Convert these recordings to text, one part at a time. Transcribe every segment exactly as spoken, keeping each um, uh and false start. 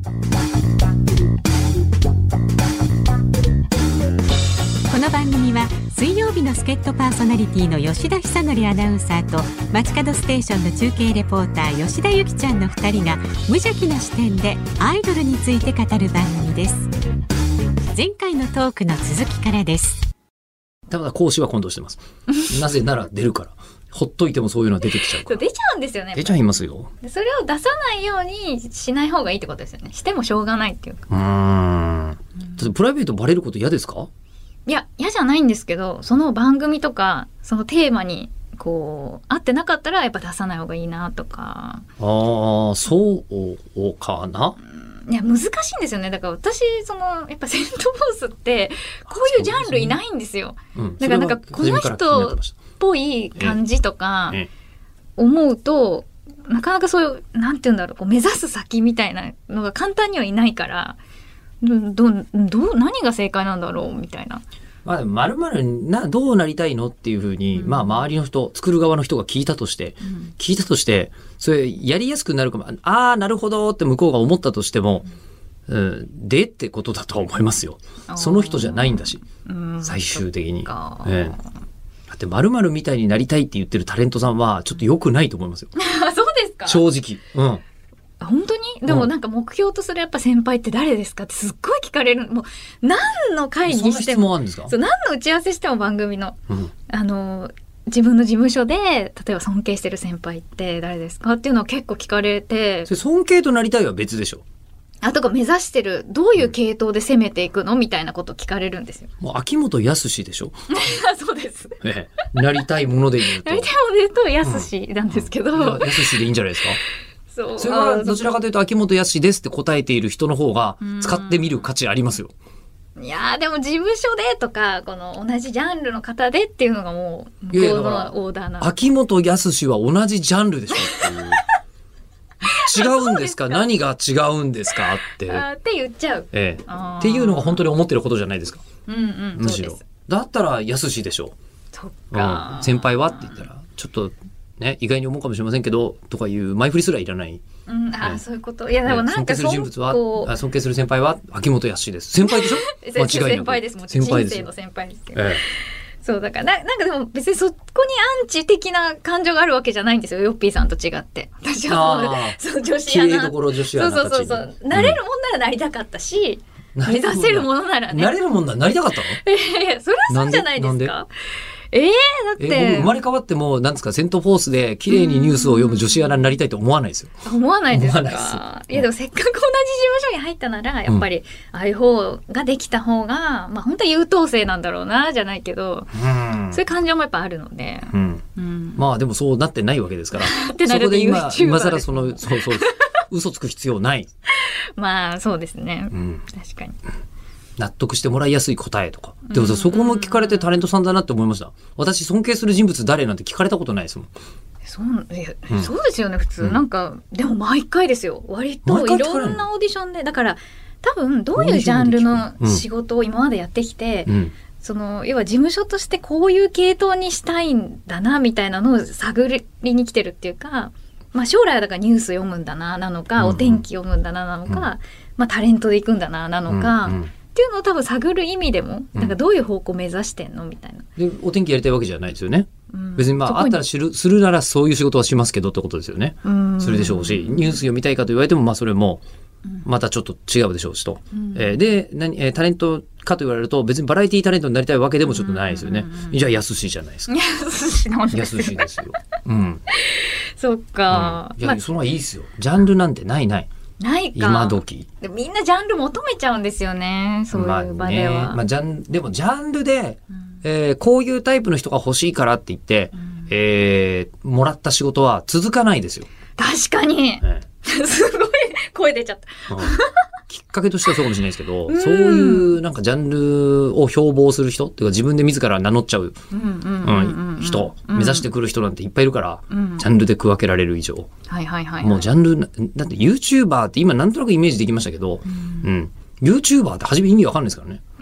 この番組は水曜日の助っ人パーソナリティの吉田久典アナウンサーと街角ステーションの中継レポーター吉田由紀ちゃんのふたりが無邪気な視点でアイドルについて語る番組です。前回のトークの続きからです。 ただ講師は混同してますなぜなら出るからほっといてもそういうのは出てきちゃうから出ちゃうんですよね。 出ちゃいますよ。 それを出さないようにしない方がいいってことですよね。してもしょうがないっていうか。 うーん、だってプライベートバレること嫌ですか？ いや嫌じゃないんですけど、その番組とかそのテーマにこう合ってなかったらやっぱ出さない方がいいなとか。 ああ、そうかな。 いや難しいんですよね。だから私そのやっぱセント・フォースってこういうジャンルいないんですよ。うん、だからなんかこの人っぽい感じとか思うと、ええ、なかなかそういうなんていうんだろう、こう目指す先みたいなのが簡単にはいないから、どどど何が正解なんだろうみたいな。 まあ、まるまるなどうなりたいのっていうふうに、うん、まあ周りの人作る側の人が聞いたとして、うん、聞いたとしてそれやりやすくなるかも、ああなるほどって向こうが思ったとしても、うんうん、でってことだとは思いますよ。その人じゃないんだし、うん、最終的に、ええ、だってまるまるみたいになりたいって言ってるタレントさんはちょっと良くないと思いますよそうですか？正直、うん本当にでもなんか目標とするやっぱ先輩って誰ですかってすっごい聞かれる。もう何の会議しても、 そんな質問あるんですか？ そう何の打ち合わせしても番組の、 うん、 あの自分の事務所で例えば尊敬してる先輩って誰ですかっていうのを結構聞かれて、 それ尊敬となりたいは別でしょ。 あとか目指してるどういう系統で攻めていくのみたいなことを聞かれるんですよ。 もう秋元康でしょそうです、 ええ、なりたいもので言うとなりたいもので言うと康なんですけど、うんうん、 康でいいんじゃないですかそうそれはどちらかというと秋元康ですって答えている人の方が使ってみる価値ありますよ。 いやでも事務所でとかこの同じジャンルの方でっていうのがもう向こうのオーダーなの。 秋元康は同じジャンルでしょっていう違うんですか何が違うんですかってあって言っちゃう、 ええ、っていうのが本当に思ってることじゃないですか。 うんうん、 むしろだったら康でしょ。 そっか、 うん、先輩はって言ったらちょっとね、意外に思うかもしれませんけどとかいう前振りすらいらない、 うん、あ、ね、そういうこと。いやでもなんか尊敬する人物はあ尊敬する先輩は秋元康です。先輩でしょ間違いなく先輩です。もう人生の先輩ですけど、ええ、そうだからな、なんかでも別にそこにアンチ的な感情があるわけじゃないんですよ。ヨッピーさんと違って私はそう女子アナ、 綺麗どころ女子アナたち、 そうそうそうそう、なれるもんならなりたかったし、うん、目指せるものならね、 なれるもんならなりたかったのいやそれはそうじゃないですか。えー、だって、 えー、僕生まれ変わってもなんですかセントフォースで綺麗にニュースを読む女子アナになりたいと思わないですよ。 思わないですか？いやでもせっかく同じ事務所に入ったならやっぱり、うん、ああいう方ができた方がまあ本当は優等生なんだろうなじゃないけど、うん、そういう感情もやっぱあるので、 うんうん、まあでもそうなってないわけですからそこで今今更そのそうそう嘘つく必要ないまあそうですね、 うん、 確かに納得してもらいやすい答えとか。でもさ、そこも聞かれてタレントさんだなって思いました。私尊敬する人物誰なんて聞かれたことないですもん。 そういや、うん、そうですよね普通、うん、なんかでも毎回ですよ割といろんなオーディションで。だから多分どういうジャンルの仕事を今までやってきて、うん、その要は事務所としてこういう系統にしたいんだなみたいなのを探りに来てるっていうか、まあ、将来はだからニュース読むんだななのか、うんうん、お天気読むんだななのか、うんまあ、タレントで行くんだななのか、うんうんっていうのを多分探る意味でもなんかどういう方向を目指してんのみたいな。 でお天気やりたいわけじゃないですよね、うん、別にまああったらする、するならそういう仕事はしますけどってことですよね。 うんそれでしょうしニュース読みたいかと言われてもまあそれもまたちょっと違うでしょうしと、うんえー、で何、えー、タレントかと言われると別にバラエティタレントになりたいわけでもちょっとないですよね。じゃあ安しじゃないですか。 安しなんですよ。 安しですよ、うん、 そっか、 うん、いや、まあ、それはいいですよ。ジャンルなんてないないないか今時でみんなジャンル求めちゃうんですよねそういう場では、 まあねまあ、ジャンでもジャンルで、うんえー、こういうタイプの人が欲しいからって言って、うんえー、もらった仕事は続かないですよ。 確かに、 えー、すごい声出ちゃった、 うん、きっかけとしてはそうかもしれないですけど、うん、そういうなんかジャンルを標榜する人っていうか自分で自ら名乗っちゃう人目指してくる人なんていっぱいいるから、うん、ジャンルで区分けられる以上、 はいはいはいはい、 もうジャンルだって YouTuber って今なんとなくイメージできましたけど、うんうん、YouTuber って初め意味わかんないですからね。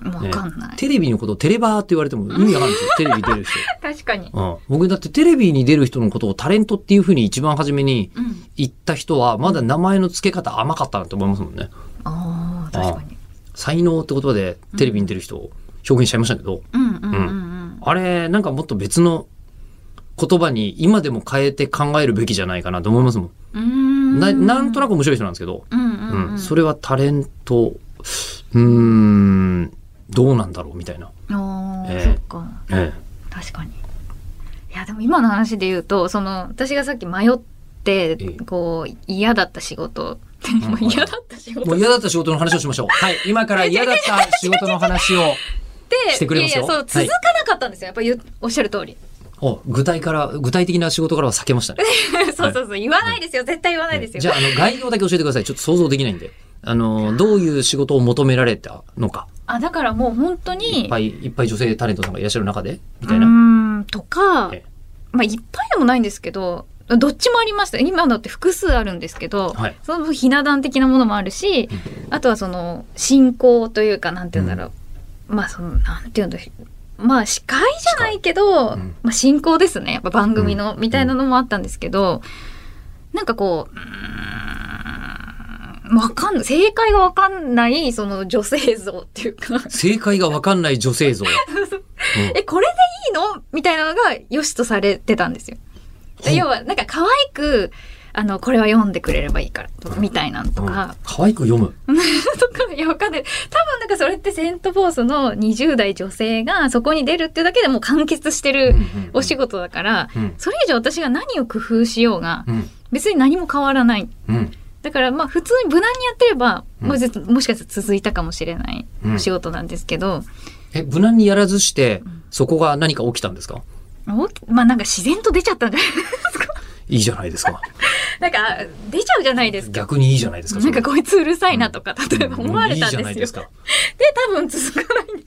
わかんない、 ね、テレビのことをテレバーって言われても意味わかんないですよテレビ出る人確かに、 うん、僕だってテレビに出る人のことをタレントっていうふうに一番初めに言った人はまだ名前の付け方甘かったなって思いますもんね。 ああ確かに。 才能って言葉でテレビに出る人を表現しちゃいましたけど、 うんうんうんうん、 あれなんかもっと別の言葉に今でも変えて考えるべきじゃないかなと思いますもん。 うーんな, なんとなく面白い人なんですけど、 うんうんうんうん、 それはタレントうーんどうなんだろうみたいな。 あ、 えー、 そっか、 えー、 確かに。いやでも今の話で言うとその私がさっき迷ってこう嫌だった仕事もう嫌だった仕事もう嫌だった仕事の話をしましょう。はい今から嫌だった仕事の話をしてくれますよ。 いやいやそう続かなかったんですよ、はい、やっぱおっしゃる通り。 お具体から具体的な仕事からは避けましたねそうそうそう、はい、言わないですよ、うん、絶対言わないですよ、 はい、じゃあ、あの概要だけ教えてください。ちょっと想像できないんで、あのどういう仕事を求められたのか。 あだからもう本当にいっぱいいっぱい女性タレントさんがいらっしゃる中でみたいな。 うーんとか、ええ、まあいっぱいでもないんですけどどっちもありました。今のって複数あるんですけど、はい、そのひな壇的なものもあるし、うん、あとはその進行というかなんていうんだろう、うん、まあそのなんていうんだろう、まあ司会じゃないけど、うんまあ、進行ですねやっぱ番組の、うん、みたいなのもあったんですけど、うん、なんかこう、うーんわかんない正解がわかんないその女性像っていうか正解がわかんない女性像、うん、 えこれでいいのみたいなのが良しとされてたんですよ。要はなんか可愛くあのこれは読んでくれればいいからとかみたいなのとか、うん、 可愛く読むとかいやわかんない。多分なんかそれってセントフォースのにじゅう代女性がそこに出るっていうだけでもう完結してるお仕事だから、うんうんうん、それ以上私が何を工夫しようが、うん、別に何も変わらない、うん、だからまあ普通に無難にやってれば、うん、も, もしかしたら続いたかもしれないお仕事なんですけど、うん、 え無難にやらずしてそこが何か起きたんですか？ まあなんか自然と出ちゃったんじゃないですか。 いいじゃないですか。 なんか出ちゃうじゃないですか。 逆にいいじゃないですか。 なんかこいつうるさいなとか、うん、例えば思われたんですよ。うん、いいじゃないですか。で多分続かないんです。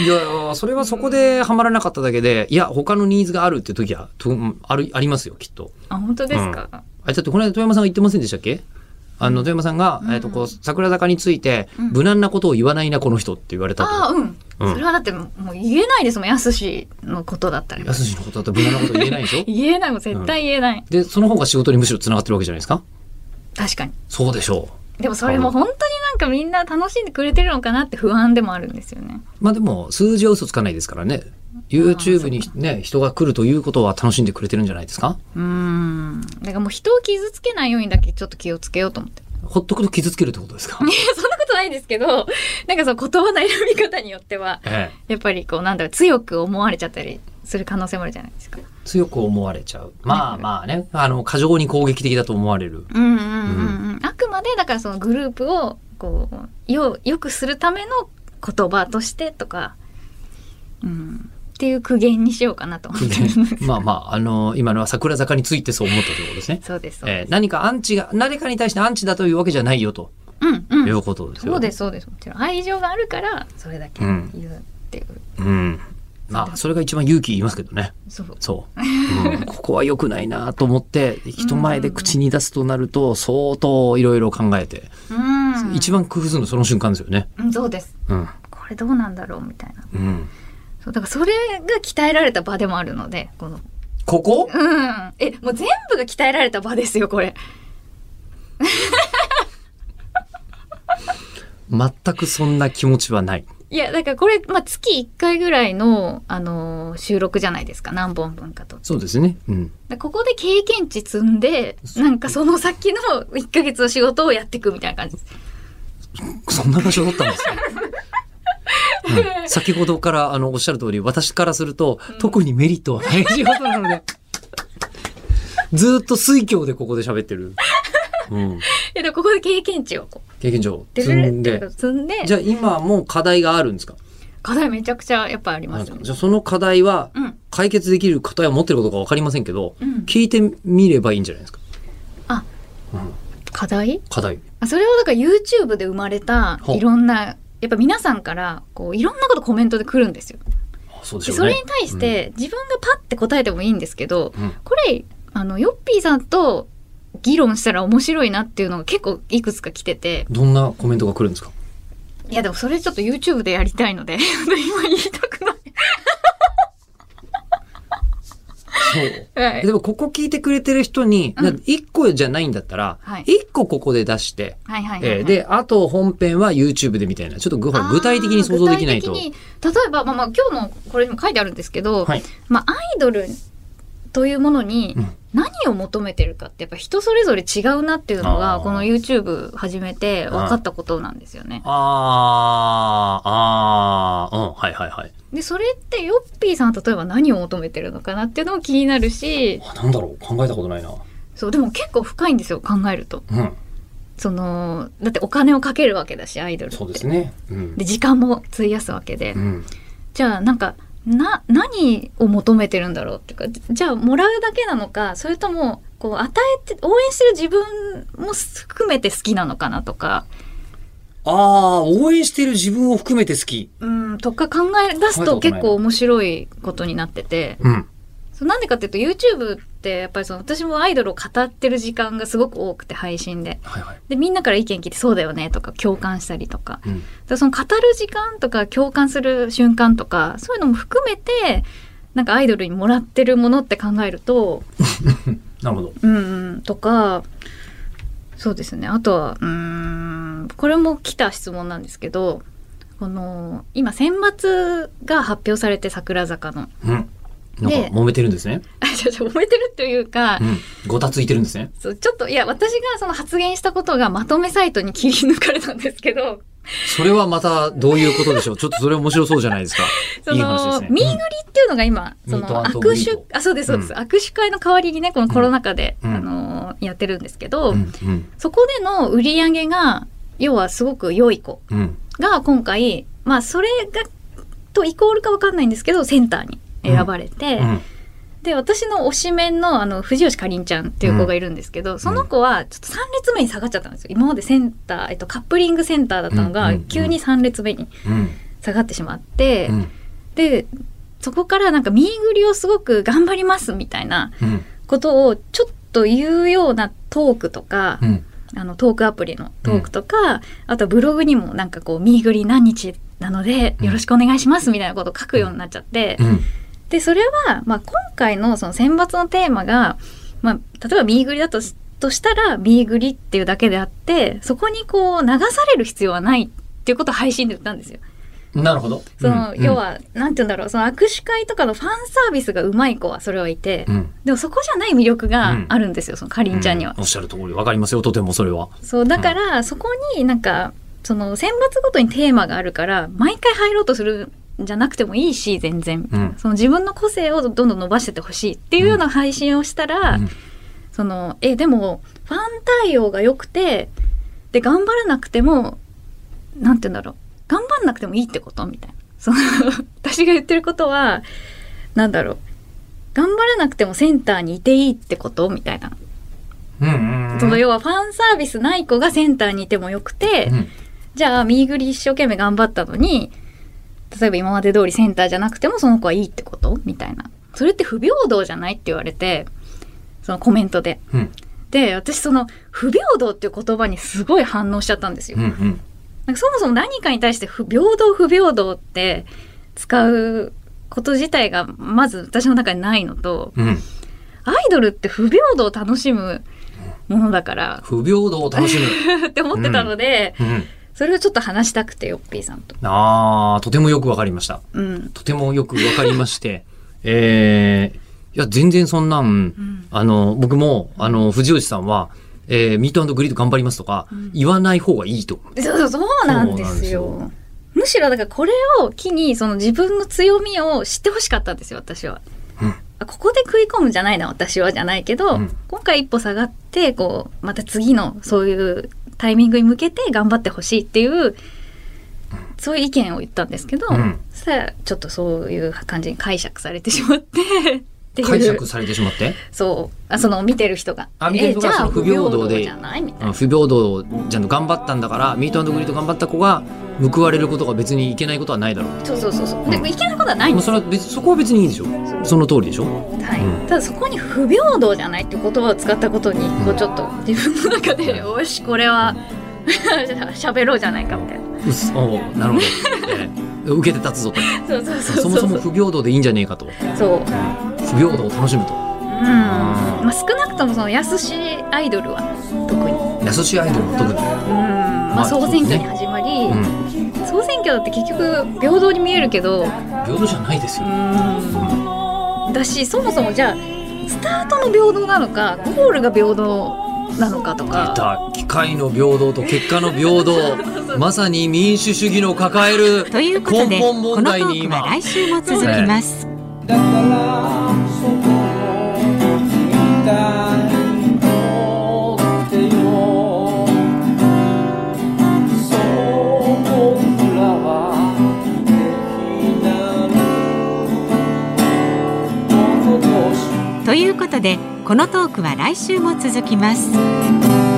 いやそれはそこでハマらなかっただけで、いや他のニーズがあるっていう時はとあるありますよきっと。 あ本当ですか。うん、 あだってこの間富山さんが言ってませんでしたっけ？あの富山さんが、うんえー、とこう桜坂について、うん、無難なことを言わないなこの人って言われたと。 あうん、うん、それはだってもう言えないですもん。やすしのことだったら。 やすしのことだったら無難なこと言えないでしょ。 言えないもん絶対言えない、うん、 でその方が仕事にむしろつながってるわけじゃないですか。 確かにそうでしょう。でもそれも本当になんかみんな楽しんでくれてるのかなって不安でもあるんですよね。 まあでも数字は嘘つかないですからね。YouTube にね人が来るということは楽しんでくれてるんじゃないですか。 うーんだからもう人を傷つけないようにだけちょっと気をつけようと思って。 ほっとくと傷つけるってことですか？ いやそんなことないですけどなんかその言葉の選び方によっては、ええ、やっぱりこうなんだろう強く思われちゃったりする可能性もあるじゃないですか。 強く思われちゃうまあまあねあの過剰に攻撃的だと思われる、 うんうんうんうん、あくまでだからそのグループをこうよよくするための言葉としてとか、うん、っていう苦言にしようかなと思って。 まあまああの今のは桜坂についてそう思ったということですね。 そうです。 えー、何かアンチが誰かに対してアンチだというわけじゃないよと、うんうん、いうことですよ。 そうですそうです。もちろん愛情があるからそれだけ言うっていう。 うん。うんまあそれが一番勇気言いますけどね。 そう。 そう。うん、ここは良くないなと思って人前で口に出すとなると相当いろいろ考えて、うん、一番工夫するのその瞬間ですよね。 うん、そうです。うん。これどうなんだろうみたいな。 うん。 そうだからそれが鍛えられた場でもあるのでこのここ？ うん。えもう全部が鍛えられた場ですよこれ。 全くそんな気持ちはない。 いやだからこれ、まあ、月いっかいぐらいの、あのー、収録じゃないですか何本分かと。 そうですね、うん、 ここで経験値積んでなんかその先のいっかげつの仕事をやっていくみたいな感じです。 そんな場所だったんですね。うん、先ほどからあのおっしゃる通り私からすると、うん、特にメリットはない仕事なのでずっと水郷でここで喋ってる。うん、いやでもここで経験値をこう経験値を積んで積んでじゃあ今もう課題があるんですか？ 課題めちゃくちゃやっぱあります、ね、 じゃあその課題は解決できる課題を持ってることか分かりませんけど、うん、聞いてみればいいんじゃないですか。 あ、うん、課題課題あそれはだから YouTube で生まれたいろんなやっぱ皆さんからこういろんなことコメントで来るんですよ。 そうでしょうね。 それに対して自分がパッて答えてもいいんですけど、うん、これあのヨッピーさんと議論したら面白いなっていうのが結構いくつか来てて。 どんなコメントが来るんですか？ いやでもそれちょっと YouTube でやりたいので今言いたくないそう、はい、でもここ聞いてくれてる人に、うん、いっこじゃないんだったら、はい、いっこここで出して、はいはいはいはい、えー、であと本編は YouTube でみたいなちょっと具体的に想像できないと。 具体的に例えば、まあ、まあ今日のこれにも書いてあるんですけど、はい、まあ、アイドルというものに何を求めてるかってやっぱ人それぞれ違うなっていうのがこの YouTube 始めて分かったことなんですよね。 あああ、うん、はいはいはい。 でそれってヨッピーさんは例えば何を求めてるのかなっていうのも気になるし、 あ、なんだろう、考えたことないな。 そうでも結構深いんですよ、考えると、うん、そのだってお金をかけるわけだしアイドルって。 そうですね、うん、で時間も費やすわけで、うん、じゃあなんかな何を求めてるんだろうっていうか、じゃあもらうだけなのか、それともこう与えて応援してる自分も含めて好きなのかなとか。 ああ、応援してる自分を含めて好き、 うんとか考え出すと結構面白いことになってて、うん、そうなんでかっていうと YouTube ってやっぱりその私もアイドルを語ってる時間がすごく多くて配信で、はいはい、でみんなから意見聞いてそうだよねとか共感したりとか、うん、だその語る時間とか共感する瞬間とかそういうのも含めてなんかアイドルにもらってるものって考えるとなるほど、 うんうん、とかそうですね。あとはうーんこれも来た質問なんですけど、この今選抜が発表されて桜坂の、 うん、なんか揉めてるんですね。 揉めてるというか、 うん、ごたついてるんですね。 そうちょっといや私がその発言したことがまとめサイトに切り抜かれたんですけど、 それはまたどういうことでしょう。ちょっとそれ面白そうじゃないですか。 そのいい話ですね。ミーグリっていうのが今、うん、その握手あそうですそうです、うん、握手会の代わりにねこのコロナ禍で、うん、あのやってるんですけど、うんうん、そこでの売り上げが要はすごく良い子が今回、うん、まあそれがとイコールか分かんないんですけどセンターに選ばれて、うんうん、で私の推しメンのあの藤吉かりんちゃんっていう子がいるんですけど、うん、その子はちょっとさん列目に下がっちゃったんですよ。今までセンター、えっと、カップリングセンターだったのが急にさん列目に下がってしまって、うん、でそこからなんかミーグリをすごく頑張りますみたいなことをちょっと言うようなトークとか、うん、あのトークアプリのトークとか、うん、あとブログにもなんかこうミーグリ何日なのでよろしくお願いしますみたいなことを書くようになっちゃって、うん、でそれは、まあ、今回のその選抜のテーマが、まあ、例えばミーグリだと、としたらミーグリっていうだけであってそこにこう流される必要はないっていうことを配信で言ったんですよ。 なるほど。 その、うん、要はなんて言うんだろう、その握手会とかのファンサービスがうまい子はそれはいて、うん、でもそこじゃない魅力があるんですよ、うん、そのかりんちゃんには、 うん、おっしゃる通りわかりますよ、とてもそれは。 そうだから、うん、そこになんかその選抜ごとにテーマがあるから毎回入ろうとするんじゃなくてもいいし全然、うん、その自分の個性をどんどん伸ばしてってほしいっていうような配信をしたら、うん、そのえでもファン対応が良くてで頑張らなくてもなんて言うんだろう、頑張んなくてもいいってことみたいな、その私が言ってることはなんだろう、頑張らなくてもセンターにいていいってことみたいな、うんうんうん、その要はファンサービスない子がセンターにいてもよくて、うん、じゃあミーグリ一生懸命頑張ったのに例えば今まで通りセンターじゃなくてもその子はいいってことみたいな、それって不平等じゃないって言われて、そのコメントで、うん、で私その不平等っていう言葉にすごい反応しちゃったんですよ、うんうん、なんかそもそも何かに対して不平等不平等って使うこと自体がまず私の中にないのと、うん、アイドルって不平等を楽しむものだから不平等を楽しむって思ってたので、うんうん、それをちょっと話したくてヨッピーさんと。 あー、とてもよくわかりました、うん、とてもよくわかりましてえー、いや全然そんなん、うん、あの僕もあの藤吉さんはえー、ミート&グリード頑張りますとか、うん、言わない方がいいと。 そうそうそうなんですよ。むしろだからこれを機にその自分の強みを知ってほしかったんですよ私は、うん、ここで食い込むんじゃないな私はじゃないけど、うん、今回一歩下がってこうまた次のそういうタイミングに向けて頑張ってほしいっていう、うん、そういう意見を言ったんですけど、うん、さあちょっとそういう感じに解釈されてしまって解釈されてしまって、 そうあその見てる人があ見てる人がその不平等で、じゃないみたいな、不平等じゃん頑張ったんだからミート&グリード頑張った子が報われることが別にいけないことはないだろう。 そうそうそうそう、うん、でいけないことはないんですよ。 もうそれは別そこは別にいいでしょ。 そ, その通りでしょ、 はい、うん、ただそこに不平等じゃないっていう言葉を使ったことに、うん、こうちょっと自分の中でよしこれは喋ろうじゃないかみたいな。 うっそなるほど、えー、受けて立つぞとそうそうそうそう、 そもそも不平等でいいんじゃねえかと、 そう不平等を楽しむと、 うん、まあ、少なくともその安しアイドルは特に安しアイドルも特に、うん、 まあ、総選挙に始まり、うん、総選挙だって結局平等に見えるけど平等じゃないですよ、 うん、だし、そもそもじゃあスタートの平等なのかゴールが平等なのかとか、 出た、機械の平等と結果の平等まさに民主主義の抱えるということで、 根本問題に今このトークは来週も続きます、 だからそこを聞いたいとってよ、そう僕らはできなるものとしということでこのトークは来週も続きます。